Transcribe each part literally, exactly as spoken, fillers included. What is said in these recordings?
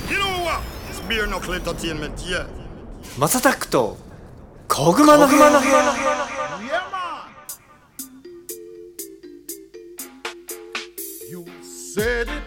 You know what? It's beer knuckle entertainment, yeah. マサタックと小熊の部屋の部屋。 Yeah, man. You said it.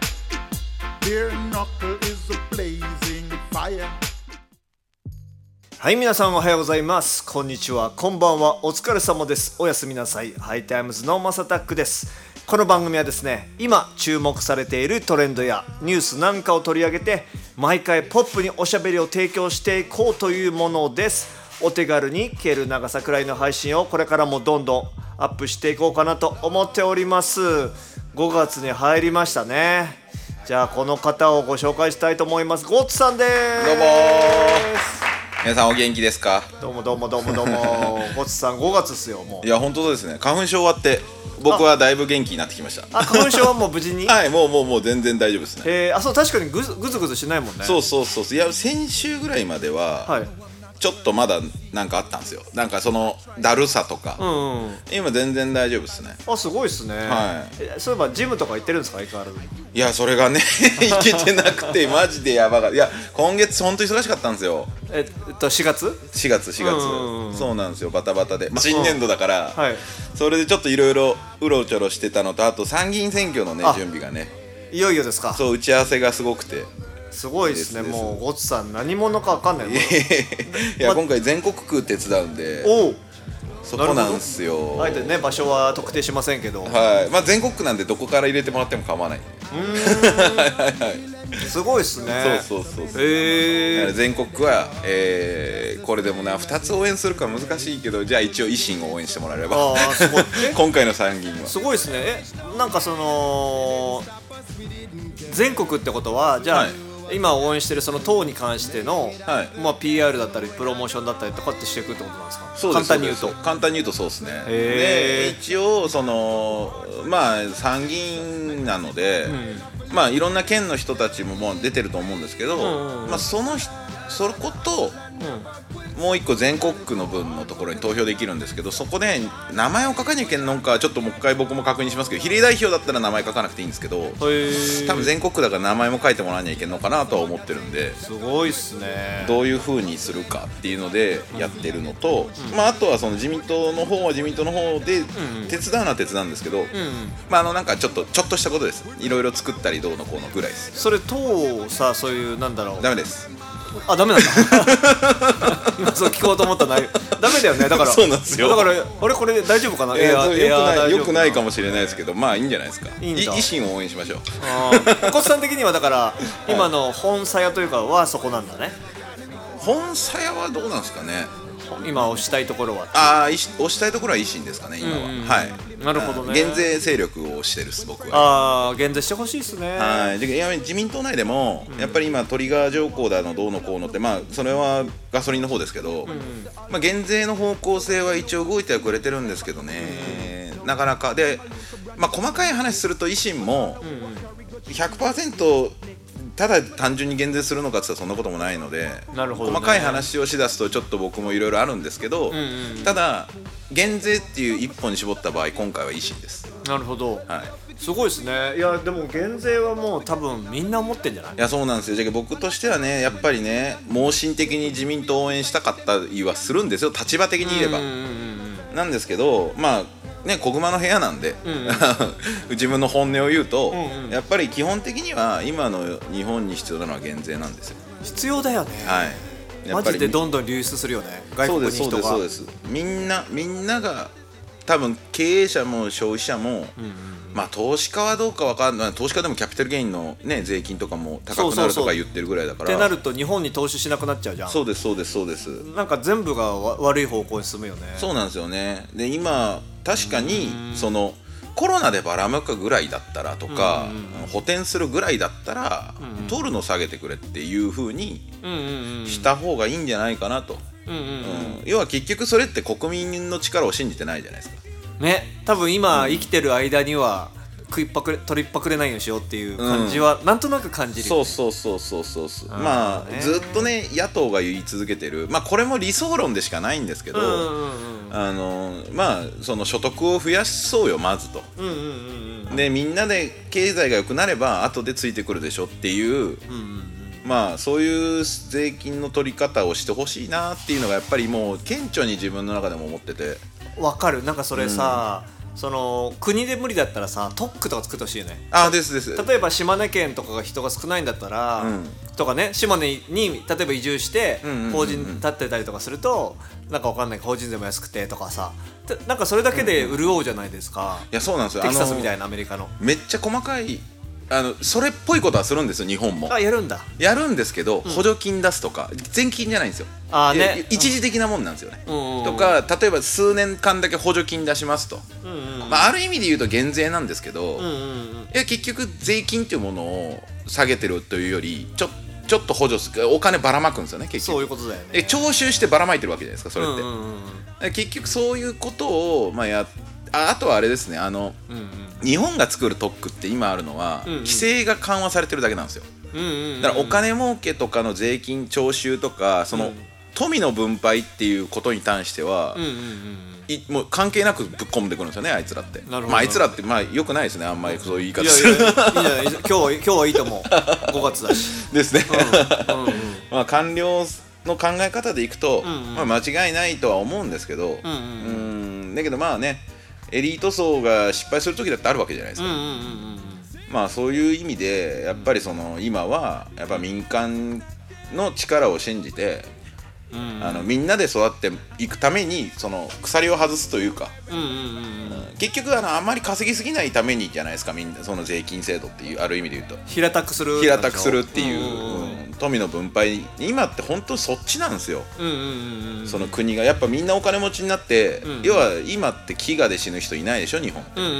Beer knuckle is a blazing fire. はい、皆さんおはようございます。こんにちは、こんばんは、お疲れ様です。おやすみなさい。ハイタイムズのマサタックです。この番組はですね、今注目されているトレンドやニュースなんかを取り上げて、毎回ポップにおしゃべりを提供していこうというものです。お手軽に聞ける長さくらいの配信をこれからもどんどんアップしていこうかなと思っております。ごがつに入りましたね。じゃあこの方をご紹介したいと思います。ゴッツさんです。 どうもー、皆さんお元気ですか？ どうもどうもどうもどうもゴッツさんごがつですよ。もういや本当ですね、花粉症終わって僕はだいぶ元気になってきました。 あ、花粉症はもう無事にはい、もうもうもう全然大丈夫ですね。 えー、あ、そう、確かにぐずぐずぐずしないもんね。 そうそうそうそう、いや先週ぐらいまでは、 はい、 ちょっとまだなんかあったんですよ。なんかそのだるさとか、 うんうん、 今全然大丈夫ですね。 あ、すごいっすね。 はい。 え、そういえばジムとか行ってるんですか、相変わらず。 いやそれがね行けてなくてマジでやばかった。いや今月本当忙しかったんですよ。 えっとしがつしがつしがつ、 うんうん、 そうなんですよ、バタバタで、まあ、新年度だから、 はい、 それでちょっといろいろうろちょろしてたのと、あと参議院選挙のね準備がね、 いよいよですか。 そう、打ち合わせがすごくてすごいですね。もうゴッツさん何者か分かんない。 いや、ま、今回全国区手伝うんで、 おそこなんすよ。 あえてね、場所は特定しませんけど、 はい、まあ全国区なんでどこから入れてもらっても構わない。 うーんすごいっすね。 そうそうそうそう、 へー、 全国区は、えー、これでもなふたつ応援するか難しいけど、じゃあ一応維新を応援してもらえれば。 あー、すごい今回の参議院はすごいっすね。え、なんかその全国ってことはじゃあ、はい、今応援してるその党に関しての、はい、まあ、ピーアール だったりプロモーションだったりとかってしていくってことなんですか？ そうです、 簡単に言うと簡単に言うとそうですね。で一応そのまあ参議院なので、うん、まあいろんな県の人たちももう出てると思うんですけど、うんうん、まあそのそこと、うん、もう一個全国区の分のところに投票できるんですけど、そこで名前を書かなきゃいけんのかちょっともう一回僕も確認しますけど、比例代表だったら名前書かなくていいんですけど、多分全国区だから名前も書いてもらわなきゃいけんのかなとは思ってるんで、 すごいっすね。 どういう風にするかっていうのでやってるのと、うん、まああとはその自民党の方は自民党の方で手伝うのは手伝うんですけど、うんうん、まああのなんかちょっとちょっとしたことです。いろいろ作ったりどうのこうのぐらいです。 それ党さ、そういうなんだろう、 ダメです。 あ、ダメなんだ今そう聞こうと思ったな。ダメだよね。だからそうなんですよ。 だからあれこれ大丈夫かな。 いや、よくないよくないかもしれないですけど、まあいいんじゃないですか。いいんだ。維新を応援しましょう。 おこつさん的にはだから今の本鞘というかはそこなんだね。 本鞘はどうなんですかね。 今推したいところは。 ああ、推したいところは維新ですかね今は。うんうん、はい。 なるほどね。 減税勢力を推してるっす僕は。 ああ、減税してほしいですね。 はい。で、いや自民党内でも、うん、やっぱり今トリガー条項だのどうのこうのって、まあそれはガソリンの方ですけど、うんうん、まあ減税の方向性は一応動いてはくれてるんですけどね、うん、なかなかで、まあ細かい話すると維新も ひゃくパーセントただ単純に減税するのかって言ったらそんなこともないので、 なるほどね、 細かい話をしだすとちょっと僕もいろいろあるんですけど、うんうん、ただ減税っていう一本に絞った場合今回は維新です。 なるほど、 はい、 すごいですね。いやでも減税はもう多分みんな思ってんじゃない？ いやそうなんですよ。じゃあ僕としてはね、やっぱりね、盲信的に自民党を応援したかったりはするんですよ、立場的に言えば。うんうんうん、なんですけど、まあね、小熊の部屋なんで、うんうん、自分の本音を言うと、うんうん、やっぱり基本的には今の日本に必要なのは減税なんですよ。 必要だよね。 はい、 マジでどんどん流出するよね、外国に人が。 そうですそうですそうです。みんなみんなが多分経営者も消費者も、うんうん、まあ投資家はどうかわかんない。投資家でもキャピタルゲインのね税金とかも高くなるとか言ってるぐらいだから。 ってなると日本に投資しなくなっちゃうじゃん。 そうですそうですそうです。 なんか全部が悪い方向に進むよね。 そうなんですよね。で今確かにそのコロナでばらまくぐらいだったらとか、補填するぐらいだったら、うんうん、取るの下げてくれっていう風にした方がいいんじゃないかなと。うんうんうんうん、要は結局それって国民の力を信じてないじゃないですかね。多分今生きてる間には食いっぱくれ取りっぱくれないようにしようっていう感じはなんとなく感じるよね。 そうそうそうそうそう。まあずっとね野党が言い続けてる、まあこれも理想論でしかないんですけど、うんうんうん、あのまあその所得を増やそうよまずと、うんうんうんうん、でみんなで経済が良くなれば後でついてくるでしょっていう、うんうんうん、 まあそういう税金の取り方をしてほしいなっていうのがやっぱりもう顕著に自分の中でも思ってて。 わかる。なんかそれさ、うん、その国で無理だったらさ特区とか作ってほしいよね。 あですです。 例えば島根県とかが人が少ないんだったら、うん、とかね島根に例えば移住して法人立ってたりとかすると、なんかわかんない法人税も安くてとかさ、なんかそれだけで潤うじゃないですか、 うん、いやそうなんですよ。 テキサスみたいなアメリカのめっちゃ細かいあのそれっぽいことはするんですよ日本も。 あやるんだ。 やるんですけど、うん、補助金出すとか全金じゃないんですよ。 あ、ね、 一時的なもんなんですよね、 うん、 とか例えば数年間だけ補助金出しますと、うんうん、まあ、ある意味で言うと減税なんですけど、うんうんうん、いや結局税金っていうものを下げてるというよりちょちょっと補助するお金ばらまくんですよね結局。 そういうことだよね。 え徴収してばらまいてるわけじゃないですかそれって、うんうんうん、結局そういうことを、まあ、やああとはあれですね、あの、うんうん、日本が作る特区って今あるのは、うんうん、規制が緩和されてるだけなんですよ、うんうんうんうん、だからお金儲けとかの税金徴収とかその、うん、富の分配っていうことに関しては、うんうんうん、いもう関係なくぶっ込んでくるんですよねあいつらって。まあ、あいつらってまあ良くないですねあんまりそういう言い方する。いやいやいいんじゃない今日は今日はいいと思うごがつだしですね、うんうんうん、まあ官僚の考え方でいくと、うんうん、まあ、間違いないとは思うんですけど、うんうんうん、うんだけどまあねエリート層が失敗する時だってあるわけじゃないですか、うんうんうんうん、まあそういう意味でやっぱりその今はやっぱ民間の力を信じて、うんうん、あのみんなで育っていくためにその鎖を外すというか、うんうんうんうん、結局あのあんまり稼ぎすぎないためにじゃないですかみんなその税金制度っていうある意味で言うと平たくする平たくするっていう、うんうんうん、富の分配今って本当にそっちなんですよ、うんうんうんうん、その国がやっぱみんなお金持ちになって、うんうん、要は今って飢餓で死ぬ人いないでしょ日本、うんうんうん、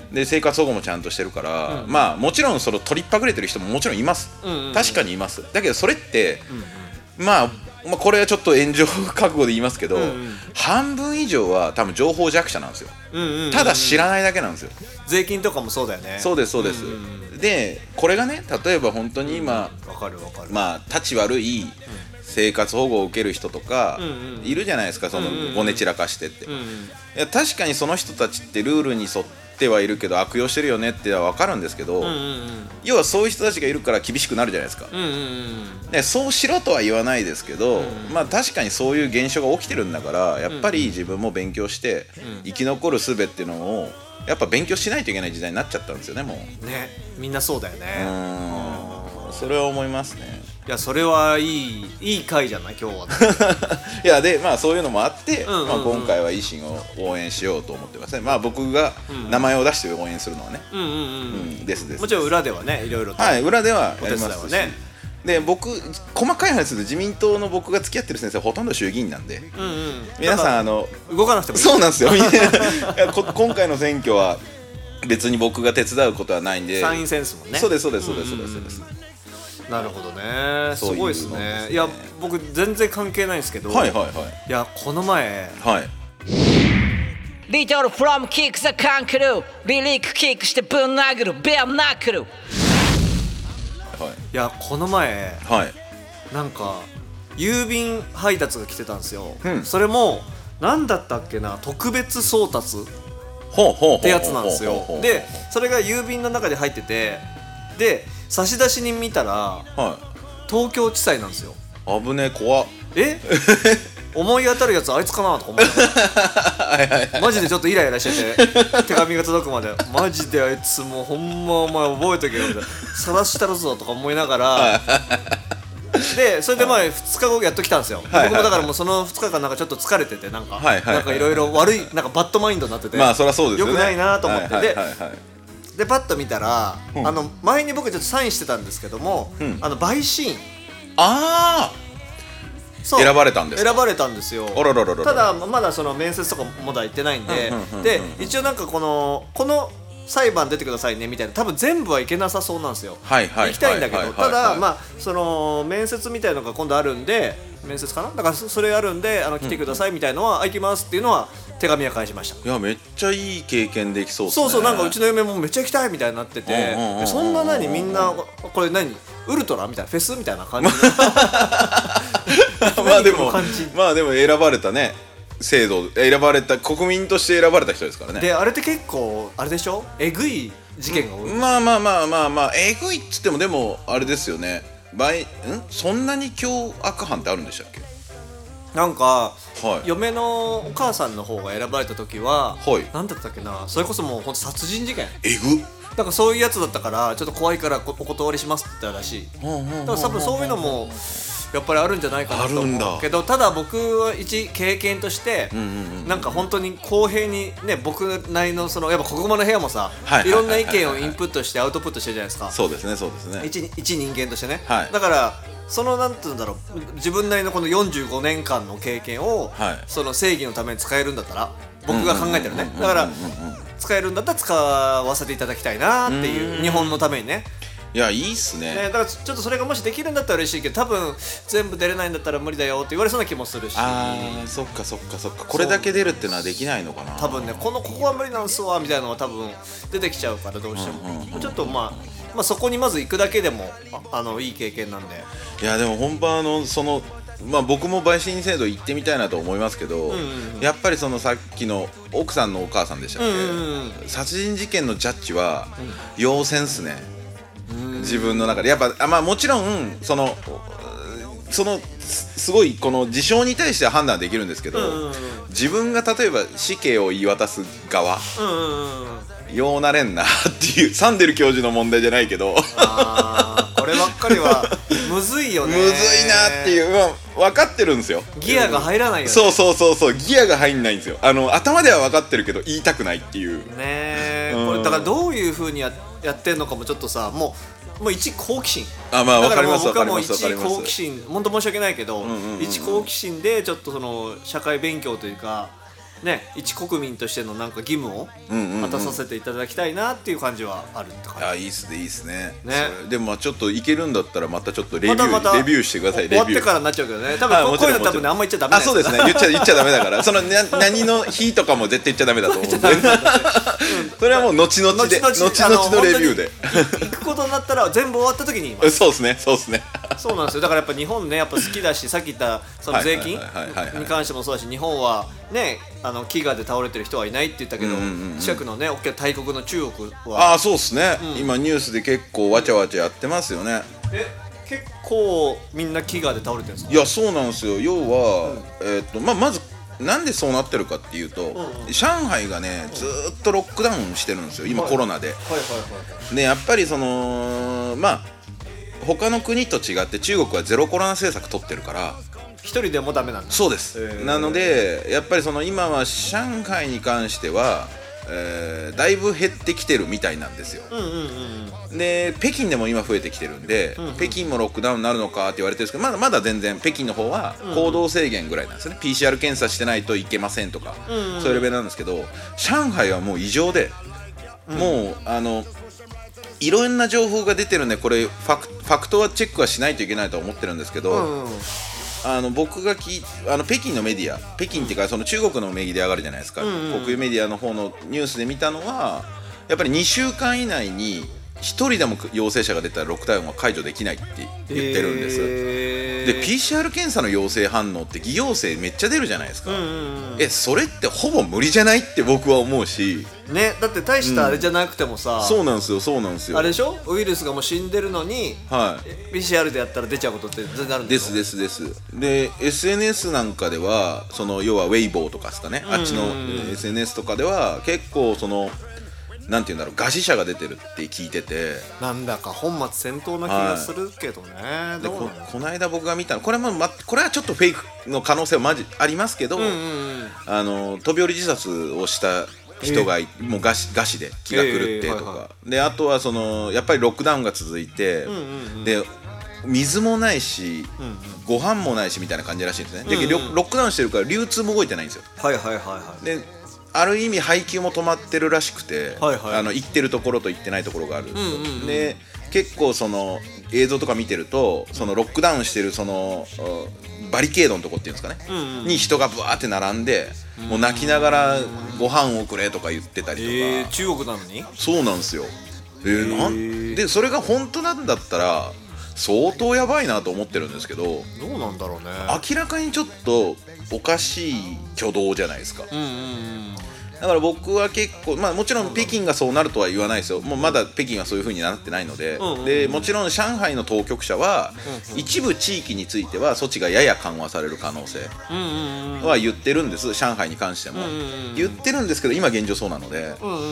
で生活保護もちゃんとしてるから、うんうん、まあもちろんその取りっぱぐれてる人ももちろんいます、うんうんうん、確かにいます。だけどそれって、うんうん、まあまあ、これはちょっと炎上覚悟で言いますけど、うんうん、半分以上は多分情報弱者なんですよ、うんうんうんうん、ただ知らないだけなんですよ。 税金とかもそうだよね。 そうですそうです、うんうんうん、でこれがね例えば本当に今、 うん、わかるわかる、 まあ立ち悪い生活保護を受ける人とか、うんうん、いるじゃないですかそのごね散らかしてって、うんうん、いや確かにその人たちってルールに沿ってはいるけど悪用してるよねっては分かるんですけど、うんうんうん、要はそういう人たちがいるから厳しくなるじゃないですか、うんうんうん、でそうしろとは言わないですけど、うんうん、まあ確かにそういう現象が起きてるんだからやっぱり自分も勉強して生き残る術っていうのをやっぱ勉強しないといけない時代になっちゃったんですよねもうね。みんなそうだよね。 うんそれは思いますね。 いやそれはいいいい回じゃない今日は。 いやでまあそういうのもあって、うんうんうん、まあ、今回は維新を応援しようと思ってますね。まあ僕が名前を出して応援するのはね、うんうんうんうん、ですです。 もちろん裏ではねいろいろと、 はい、裏ではやりますし、ね、で僕細かい話すると自民党の僕が付き合ってる先生はほとんど衆議院なんで、うんうん、皆さんあの動かなくてもいい。 そうなんですよ。今回の選挙は別に僕が手伝うことはないんで。 参院選ですもんね。 そうですそうですそうですそうですそうです。 なるほどね。すごいですね。いや僕全然関係ないんですけど、 はいはいはい、 いやこの前、 はい、 リトルフロムキックザカンクルリリックキックしてぶん殴るベアナックル、はい、 いやこの前、 はい、 なんか郵便配達が来てたんですよ、うん、それも何だったっけな特別送達ってやつなんですよ。でそれが郵便の中で入っててで差出人見たら、はい、東京地裁なんですよ。 危ねえ怖っ。 え思い当たるやつあいつかなとか思ってマジでちょっとイライラしてて手紙が届くまでマジであいつもうほんまお前覚えとけよみたいな晒したるぞとか思いながらでそれでまあふつかごやっと来たんですよ、はい、僕もだからもうそのふつかかんなんかちょっと疲れててなんか、はいはい、なんかいろいろ悪いなんかバッドマインドになってて、 まあそりゃそうですよね、 よくないなと思って、はいはいはいはい、でパッと見たら、うん、あの前に僕ちょっとサインしてたんですけども、うん、あの陪審員ああ選ばれたんですか。 選ばれたんですよ。 あらららら。 ただまだその面接とかまだ行ってないんで、で一応なんかこのこの裁判出てくださいねみたいな多分全部はいけなさそうなんですよ。 はいはい、 行きたいんだけど、ただまあその面接みたいなのが今度あるんで面接かなだからそれあるんであの来てくださいみたいのは、うん、あ行きますっていうのは手紙は返しました。 いやめっちゃいい経験できそうですね。 そうそうなんかうちの嫁もめっちゃ行きたいみたいになってて、そんな何みんなこれ何ウルトラみたいなフェスみたいな感じまあでもまあでも選ばれたね制度選ばれた国民として選ばれた人ですからね。 であれって結構あれでしょえぐい事件が多い、 うん、まあまあまあまあまあえぐいっつってもでもあれですよね倍んそんなに凶悪犯ってあるんでしたっけ？ なんか、 はい、 嫁のお母さんの方が選ばれた時は、 はい、 なんだったっけな、それこそもうほんと殺人事件、 えぐだからそういうやつだったからちょっと怖いからお断りしますって言ったらしい。だから多分そういうのもやっぱりあるんじゃないかなと思うけど、ただ僕は一経験として、うんうんうん、なんか本当に公平にね、僕なりのそのやっぱ国語の部屋もさ、はい、いろんな意見をインプットしてアウトプットしてるじゃないですか。 そうですねそうですね。 一一人間としてね、 はい、 だからそのなんていうんだろう、自分なりのこのよんじゅうごねんかんの経験を、はい、その正義のために使えるんだったら、僕が考えてるね、だから使えるんだったら使わせていただきたいなっていう、日本のためにね。 いやいいっす ね, ねだからちょっとそれがもしできるんだったら嬉しいけど、多分全部出れないんだったら無理だよって言われそうな気もするし。 あーそっかそっかそっか、これだけ出るってのはできないのかな。 多分ね、このここは無理なんすわみたいなのが多分出てきちゃうから、どうしても、うんうんうん、ちょっとまあまあそこにまず行くだけでも あ, あのいい経験なんで。 いやでも本番のそのまあ僕も陪審制度行ってみたいなと思いますけど、うんうんうん、やっぱりそのさっきの奥さんのお母さんでしたっけ、うんうんうん、殺人事件のジャッジは要戦っすね、うん、自分の中でやっぱ、まあもちろんそのそのすごいこの事象に対しては判断できるんですけど、うんうんうん、自分が例えば死刑を言い渡す側、うんうんうん、ようなれんなっていう、サンデル教授の問題じゃないけど、 あこればっかりはむずいよね。 むずいなっていう、まあ、分かってるんですよ。 ギアが入らないよね。 そうそうそうそう、ギアが入んないんですよ。あの頭では分かってるけど言いたくないっていうね。これだからどういう風に や, やってんのかもちょっとさ、もうもう一好奇心。 あ、まあ分かります分かります分かります。 一好奇心、本当申し訳ないけど、うんうんうんうん、一好奇心でちょっとその社会勉強というかね、一国民としてのなんか義務を果たさせていただきたいなっていう感じはあるって感じ。 あ、いいっすねいいっすね。 ね、 でもまあちょっといけるんだったらまたちょっとレビュー、 またまたレビューしてください。レビュー終わってからになっちゃうけどね。多分こういうの多分ねあんま言っちゃダメなやつ。 あ、そうですね。言っちゃ言っちゃダメだから。そのな何の日とかも絶対言っちゃダメだと思うんで。それはもう後々で後々のレビューで行くことになったら全部終わった時に言います。 そうですねそうですね。 そうなんですよ。だからやっぱ日本ねやっぱ好きだし、さっき言ったその税金に関してもそうだし、日本はねあの飢餓で倒れてる人はいないって言ったけど、うんうんうん、近くのね大きな大国の中国は。 ああそうですね、うん、今ニュースで結構わちゃわちゃやってますよね。 え結構みんな飢餓で倒れてるんですか？ いやそうなんですよ。要は、うん、えー、っとまあまずなんでそうなってるかっていうと、うんうん、上海がねずーっとロックダウンしてるんですよ今、はい、コロナで、はいはいはい、でやっぱりそのまあ他の国と違って中国はゼロコロナ政策取ってるから一人でもダメなんだ。 そうです。なのでやっぱりその今は上海に関しては、えー、だいぶ減ってきてるみたいなんですよ、うんうんうん、で北京でも今増えてきてるんで、うんうん、北京もロックダウンになるのかって言われてるんですけど、まだまだ全然北京の方は行動制限ぐらいなんですよね、うんうん、ピーシーアール 検査してないといけませんとか、うんうん、そういうレベルなんですけど、上海はもう異常で、うん、もうあのいろんな情報が出てるんで、これファク、ファクトはチェックはしないといけないと思ってるんですけど、うんうん、あの僕がきあの北京のメディア、北京っていうかその中国のメディア上がるじゃないですか、うんうん、国有メディアの方のニュースで見たのはやっぱりにしゅうかん以内にひとりでも陽性者が出たらロックダウンは解除できないって言ってるんです、えー、で ピーシーアール 検査の陽性反応って偽陽性めっちゃ出るじゃないですか、うんうんうん、えそれってほぼ無理じゃないって僕は思うしね、だって大したあれじゃなくてもさ、 うん、そうなんですよそうなんですよ。 あれでしょ、ウイルスがもう死んでるのに、はい、ピーシーアール でやったら出ちゃうことって全然あるんですよ。 ですですですで エスエヌエス なんかではその要はウェイボーとかですかね、あっちの エスエヌエス とかでは結構そのなんていうんだろう、餓死者が出てるって聞いてて、 なんだか本末転倒な気がするけどね、はい、 で こ, この間僕が見たのこれも、ま、これはちょっとフェイクの可能性はマジありますけど、うんうんうん、あの飛び降り自殺をした人が、えー、もう餓死、餓死で気が狂ってとか、えーはいはい、であとはそのやっぱりロックダウンが続いて、うんうんうん、で水もないし、うんうん、ご飯もないしみたいな感じらしいんですね、うんうん、でロックダウンしてるから流通も動いてないんですよ。 はいはいはいはい。 である意味配給も止まってるらしくて、はいはい、あの行ってるところと行ってないところがある、うんうんうん、で結構その映像とか見てるとそのロックダウンしてるそのバリケードのとこっていうんですかね、うんうん、に人がブワーって並んで、もう泣きながらご飯をくれとか言ってたりとか、 えー、中国なのにそうなんですよ、えー、なんでそれが本当なんだったら相当やばいなと思ってるんですけど、どうなんだろうね。 明らかにちょっとおかしい挙動じゃないですか、うんうんうん、 だから僕は結構、まあ、もちろん北京がそうなるとは言わないですよ。もうまだ北京はそういう風になってないので、うんうんうん、でもちろん上海の当局者は、うんうん、一部地域については措置がやや緩和される可能性は言ってるんです、上海に関しても、うんうんうん、言ってるんですけど今現状そうなので、うんうんうん、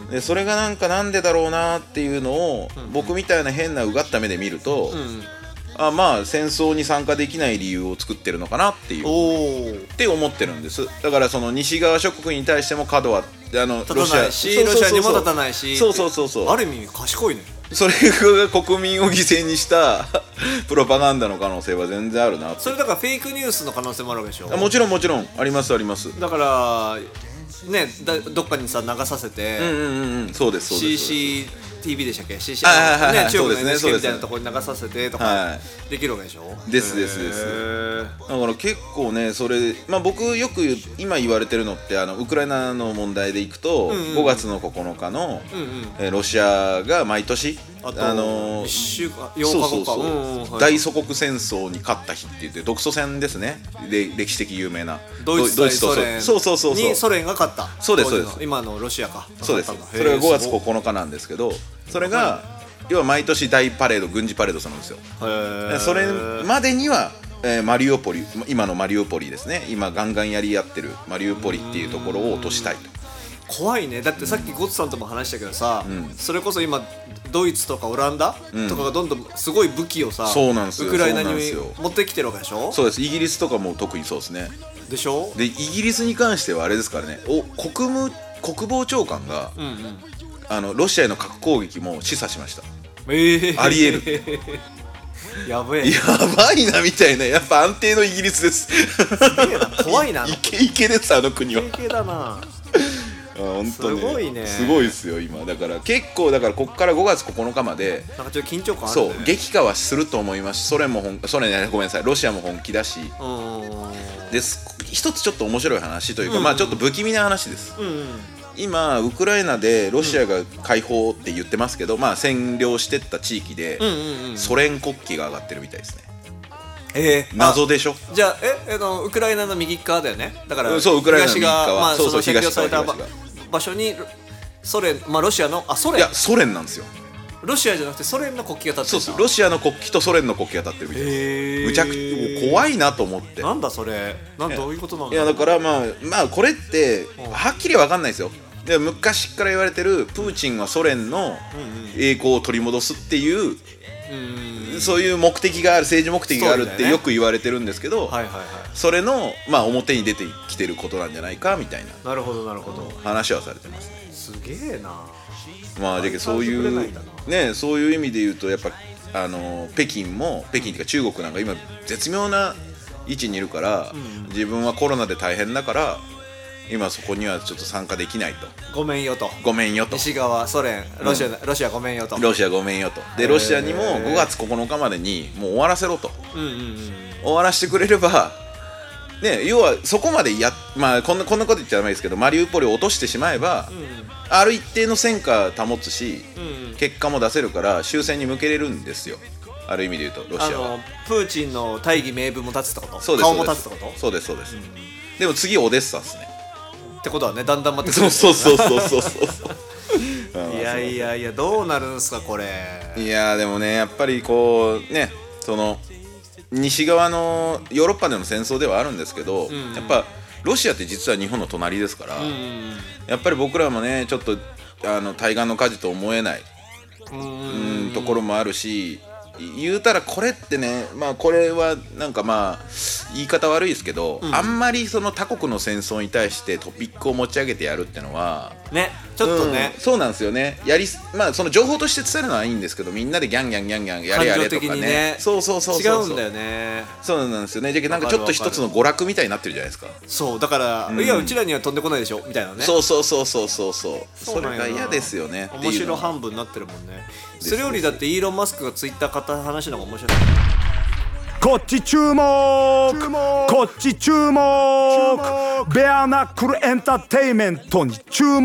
でそれがなんかなんでだろうなっていうのを、うんうん、僕みたいな変なうがった目で見ると、うんうん、あまあ戦争に参加できない理由を作ってるのかなっていうって思ってるんです。だからその西側諸国に対しても角はあの立たないし、ロシアにも立たないし、 そうそうそうそう、 ある意味賢いね。 それが国民を犠牲にしたプロパガンダの可能性は全然あるなって。 それだからフェイクニュースの可能性もあるわけでしょ。 もちろんもちろんありますあります。 だからね、だどっかにさ流させて、 うんうんうんうん、そうですそうです。 シーシーティービー でしたっけ、 シーシー、 はいはいはい、 ね、中国の エヌエイチケー みたいなところに流させてとか、はい、できるわけでしょ。 ですですです。だから結構ねそれ、まあ、僕よく今言われてるのってあのウクライナの問題でいくと、うんうん、ごがつのここのかの、うんうん、えロシアが毎年あのいっしゅうかんようかごか、うんうん、 大祖国戦争に勝った日って言って独ソ戦ですね、で歴史的有名なドイツ対ソ連そうそうそうそうにソ連が勝った。 そうですそうです。 今のロシアか。 そうです。それがごがつここのかなんですけど、それが要は毎年大パレード軍事パレードするんですよ。へそれまでには、えー、マリウポリ今のマリウポリですね、今ガンガンやり合ってるマリウポリっていうところを落としたいと。 怖いね。だってさっきゴッツさんとも話したけどさ、うん、それこそ今ドイツとかオランダ、うん、とかがどんどんすごい武器をさ、 そうなんですよ、 ウクライナに持ってきてるわけでしょ。 そうです。イギリスとかも特にそうですね。 でしょ。 でイギリスに関してはあれですからね、お国務国防長官が、うんうん、あのロシアへの核攻撃も示唆しました。えー、ありえるやべえ、 やばいなみたいな。やっぱ安定のイギリスです。 すげえな、怖いな。 イケイケですあの国は。 イケイケだな。 本当ね、 すごいね。 すごいですよ今。だから結構だからここからごがつここのかまでなんかちょっと緊張感あるね。 そう激化はすると思いますし、ソ連も本ソ連ねごめんなさいロシアも本気だし、です一つちょっと面白い話というか、うんうん、まあちょっと不気味な話です、うんうん、今ウクライナでロシアが解放って言ってますけど、うん、まあ占領してった地域で、うんうんうん、ソ連国旗が上がってるみたいですね。 えー、 謎でしょ。 じゃあえあのウクライナの右側だよね。だからそうウクライナの右側、 まあ、 そうそう占領された場所にソ連、まあロシアのあソ連いやソ連なんですよ。 ロシアじゃなくてソ連の国旗が立ってる。 そうそうロシアの国旗とソ連の国旗が立ってるみたいです。むちゃくちゃ怖いなと思って。 なんだそれ、なんどういうことなんだ。 いやだからまあまあこれってはっきりわかんないですよ。で昔から言われてるプーチンはソ連の栄光を取り戻すっていう、うん、そういう目的がある、政治目的があるってよく言われてるんですけど、はいはいはい、それのまあ表に出てきてることなんじゃないかみたいな。 なるほどなるほど。 話はされてますね。 すげえな。 まあ、だそういうね、そういう意味で言うとやっぱあの北京も北京っていうか中国なんか今絶妙な位置にいるから、うん、自分はコロナで大変だから今そこにはちょっと参加できないと。 ごめんよと。 ごめんよと。 西側ソ連ロシア、うん、ロシアごめんよと。 ロシアごめんよと。でロシアにもごがつここのかまでにもう終わらせろと、うんうんうん、終わらせてくれればね、要はそこまでやまあこんなこんなこと言っちゃダメですけどマリウポリを落としてしまえば、うん、ある一定の戦果保つし、うん、結果も出せるから終戦に向けれるんですよ。ある意味で言うとロシアはあのプーチンの大義名分も立つってこと。 そうです顔も立つってこと。 そうですそうです、うん、でも次オデッサですね。 ってことはねだんだん待ってくる、ね、そうそうそうそうそういやいやいやどうなるんすかこれ。 いやでもねやっぱりこうねその西側のヨーロッパでの戦争ではあるんですけど、うん、やっぱロシアって実は日本の隣ですから、うん、やっぱり僕らもねちょっとあの対岸の火事と思えない、うん、うんところもあるし、言うたらこれってねまあこれはなんかまあ言い方悪いですけど、うん、あんまりその他国の戦争に対してトピックを持ち上げてやるってのはねちょっとね、 うん、そうなんですよね。やりまあその情報として伝えるのはいいんですけどみんなでギャンギャンギャンギャンやれやれとか ね, ねそうそうそうそう違うんだよね。 そうなんですよね。じゃなんかちょっと一つの娯楽みたいになってるじゃないですか。 そうだから、うん、いやうちらには飛んでこないでしょみたいなね。 そうそうそうそうそうそうそれが嫌ですよね。 面白半分になってるもんね。それよりだってイーロン・マスクがツイッター買った話の方が面白い。 こっち注目こっち注目ベアナックルエンターテイメントに注目。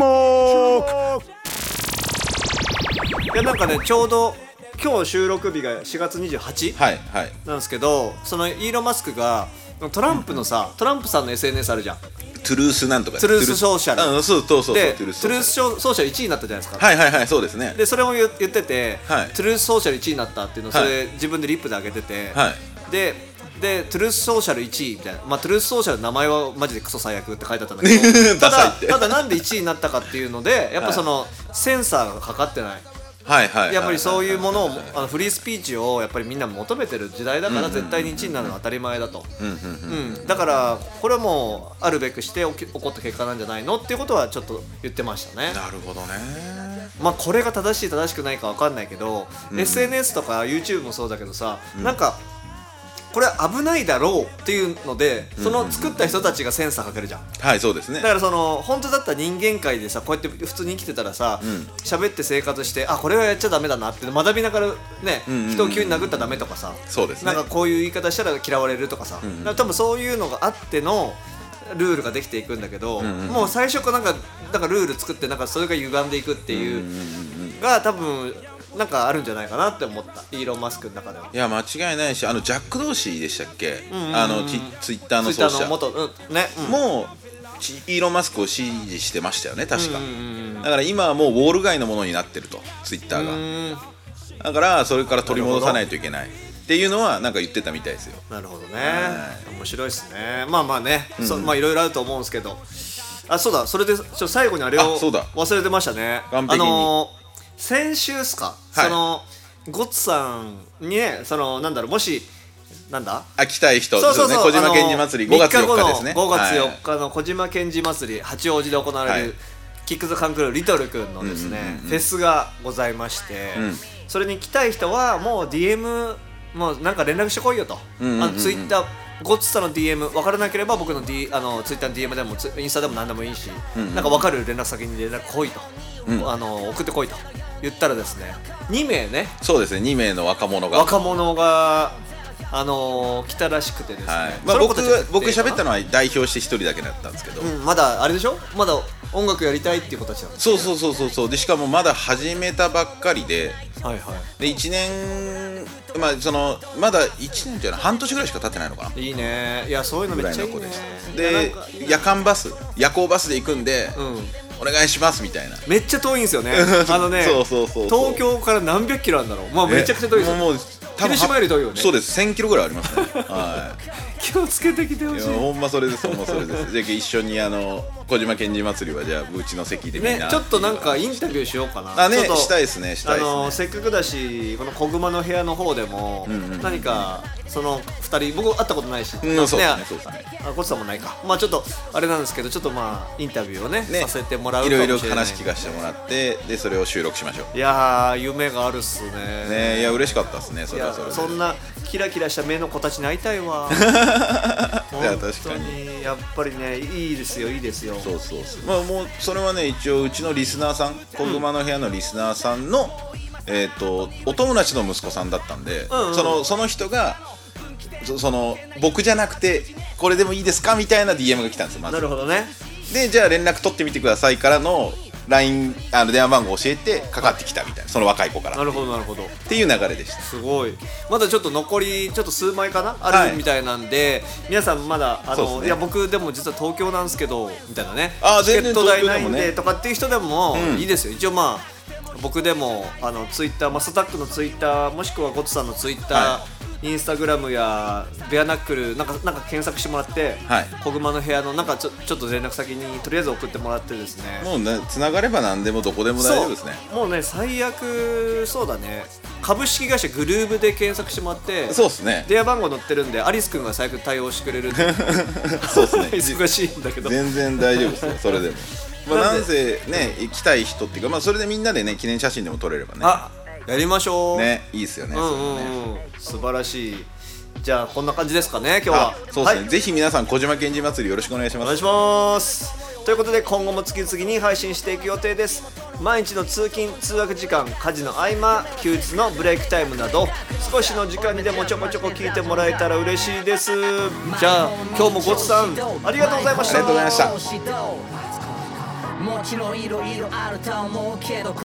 いやなんかねちょうど今日収録日がしがつにじゅうはち、 はいはい、 なんですけどそのイーロン・マスクがトランプのさ、トランプさんの エスエヌエス あるじゃん、 トゥルースなんとかトゥルースソーシャル、 うん、そうそうそうそうでトゥルーストゥルースソーシャルいちいになったじゃないですか。 はいはいはい、そうですね。 でそれも言言ってて、 はいトゥルースソーシャルいちいになったっていうのをそれ、自分でリップで上げてて、 はいででトゥルースソーシャルいちいみたいな、まあ、トゥルースソーシャルの名前はマジでクソ最悪って書いてあったんだけどただダサいってただなんでいちいになったかっていうのでやっぱその、センサーがかかってない、 はいはいはい、 やっぱりそういうものをあのフリースピーチをやっぱりみんな求めてる時代だから絶対にいちいになるのは当たり前だと、 うんうんうんうんだからこれはもうあるべくして起き起こった結果なんじゃないのっていうことはちょっと言ってましたね。 なるほどね。 まあこれが正しい正しくないか分かんないけど、 うん、 エスエヌエス とか YouTube もそうだけどさ、うん、なんかこれ危ないだろうっていうのでその作った人たちがセンサーかけるじゃん、 はいそうですね。 だからその本当だったら人間界でさこうやって普通に生きてたらさ喋、うん、って生活してあこれはやっちゃダメだなって学びながらね、うんうんうん、人を急に殴ったらダメとかさ、 そうですね、 なんかこういう言い方したら嫌われるとかさ、うんうん、だから多分そういうのがあってのルールができていくんだけど、うんうん、もう最初からなんかなんかルール作ってなんかそれが歪んでいくっていうが多分なんかあるんじゃないかなって思ったイーロン・マスクの中では。 いや間違いないし、あのジャック・ドーシーでしたっけ、 うんうんうん、 あのツイッターの創始者元、うんねうん、 もうイーロン・マスクを支持してましたよね確か、 うんうんうん、 だから今はもうウォール街のものになってるとツイッターが、だからそれから取り戻さないといけないっていうのはなんか言ってたみたいですよ。 なるほどね、面白いですね。まあまあね、うんうん、まあいろいろあると思うんですけど、あそうだそれでちょ最後にあれを忘れてましたね。 完璧にあのー、先週っすか、 はい、 そのゴッツさんにねそのなんだろうもしなんだあ来たい人そうそうそう、 小島健治祭りごがつよっかですね。 ごがつよっかの小島健治祭り八王子で行われる、はい、キック・ザ・カンクルーリトル君のですね、うんうんうんうん、フェスがございまして、うん、それに来たい人はもう ディーエム もうなんか連絡してこいよと、うんうんうんうん、あのツイッターゴッツさんの ディーエム 分からなければ僕の、D、あのツイッターの ディーエム でもインスタでも何でもいいし、うんうん、なんか分かる連絡先に連絡来いと、うん、あの送ってこいと言ったらですねにめいねそうですねにめいの若者が若者があのー、来たらしくてですね、 はいまあ、僕僕喋ったのは代表してひとりだけだったんですけど、 うん、まだあれでしょまだ音楽やりたいっていう子たちなんですそうそうそうそうそうでしかもまだ始めたばっかりで、 はいはい、 でいちねんまあそのまだいちねんじゃない半年ぐらいしか経ってないのかないいねいやそういうのめっちゃいいねで夜間バス夜行バスで行くんで、うんお願いしますみたいなめっちゃ遠いんですよねあのねそうそうそうそう東京から何百キロあるんだろうまあめちゃくちゃ遠いですよもうもう広島より遠いよねそうですせんキロぐらいありますねはい気をつけてきてほしい。 いやほんまそれですほんまそれですじゃあ一緒にあの小島健治祭りはじゃあうちの席でみんな、 ね、ちょっとなんかインタビューしようかなあねしたいですねしたいですねあのせっかくだしこの小熊の部屋の方でも、うんうん、何かそのふたり僕会ったことないし、 うん、そうですねそうですねあこっちさんもないかまあちょっとあれなんですけどちょっとまあインタビューを ね, ねさせてもらうかもしれないいろいろ話聞かせてもらってでそれを収録しましょういやー夢があるっすねねいや嬉しかったっすねそれはそれでそんなキラキラした目の子たちに会いたいわいや確かにやっぱりねいいですよいいですよそうそうそうまあもうそれはね一応うちのリスナーさん小熊の部屋のリスナーさんの、うん、えっ、ー、とお友達の息子さんだったんで、うんうん、そのその人がそ, その僕じゃなくてこれでもいいですかみたいな ディーエム が来たんですよまずなるほどねでじゃあ連絡取ってみてくださいからの ライン あの電話番号教えてかかってきたみたいなその若い子からなるほどなるほどっていう流れでしたすごいまだちょっと残りちょっと数枚かなあるみたいなんで、はい、皆さんまだあの、ね、いや僕でも実は東京なんですけどみたいなねあチケット代ないんでとかっていう人でもうん、 いいですよ一応まあ僕でもあのツイッターマサタックのツイッターもしくはゴッツさんのツイッター、はいインスタグラムやベアナックルなんかなんか検索してもらって、はい、小熊の部屋のなんかちょ、ちょっと連絡先にとりあえず送ってもらってですねもうね繋がれば何でもどこでも大丈夫ですねもうね最悪そうだね株式会社グルーブで検索してもらってそうですね電話番号載ってるんでアリス君が最悪対応してくれるそうですね忙しいんだけど全然大丈夫ですよそれでもまあなんせね行きたい人っていうかまあそれでみんなでね記念写真でも撮れればねあやりましょうねいいですよね、 うんうんうん、ね素晴らしいじゃあこんな感じですかね今日はそうですね、はい、ぜひ皆さん小島健治祭りよろしくお願いしますお願いしますということで今後も月々に配信していく予定です毎日の通勤通学時間家事の合間休日のブレイクタイムなど少しの時間にでもちょこちょこ聞いてもらえたら嬉しいですじゃあ今日もごつさんありがとうございましたありがとうございましたもちろんいろいろあると思うけど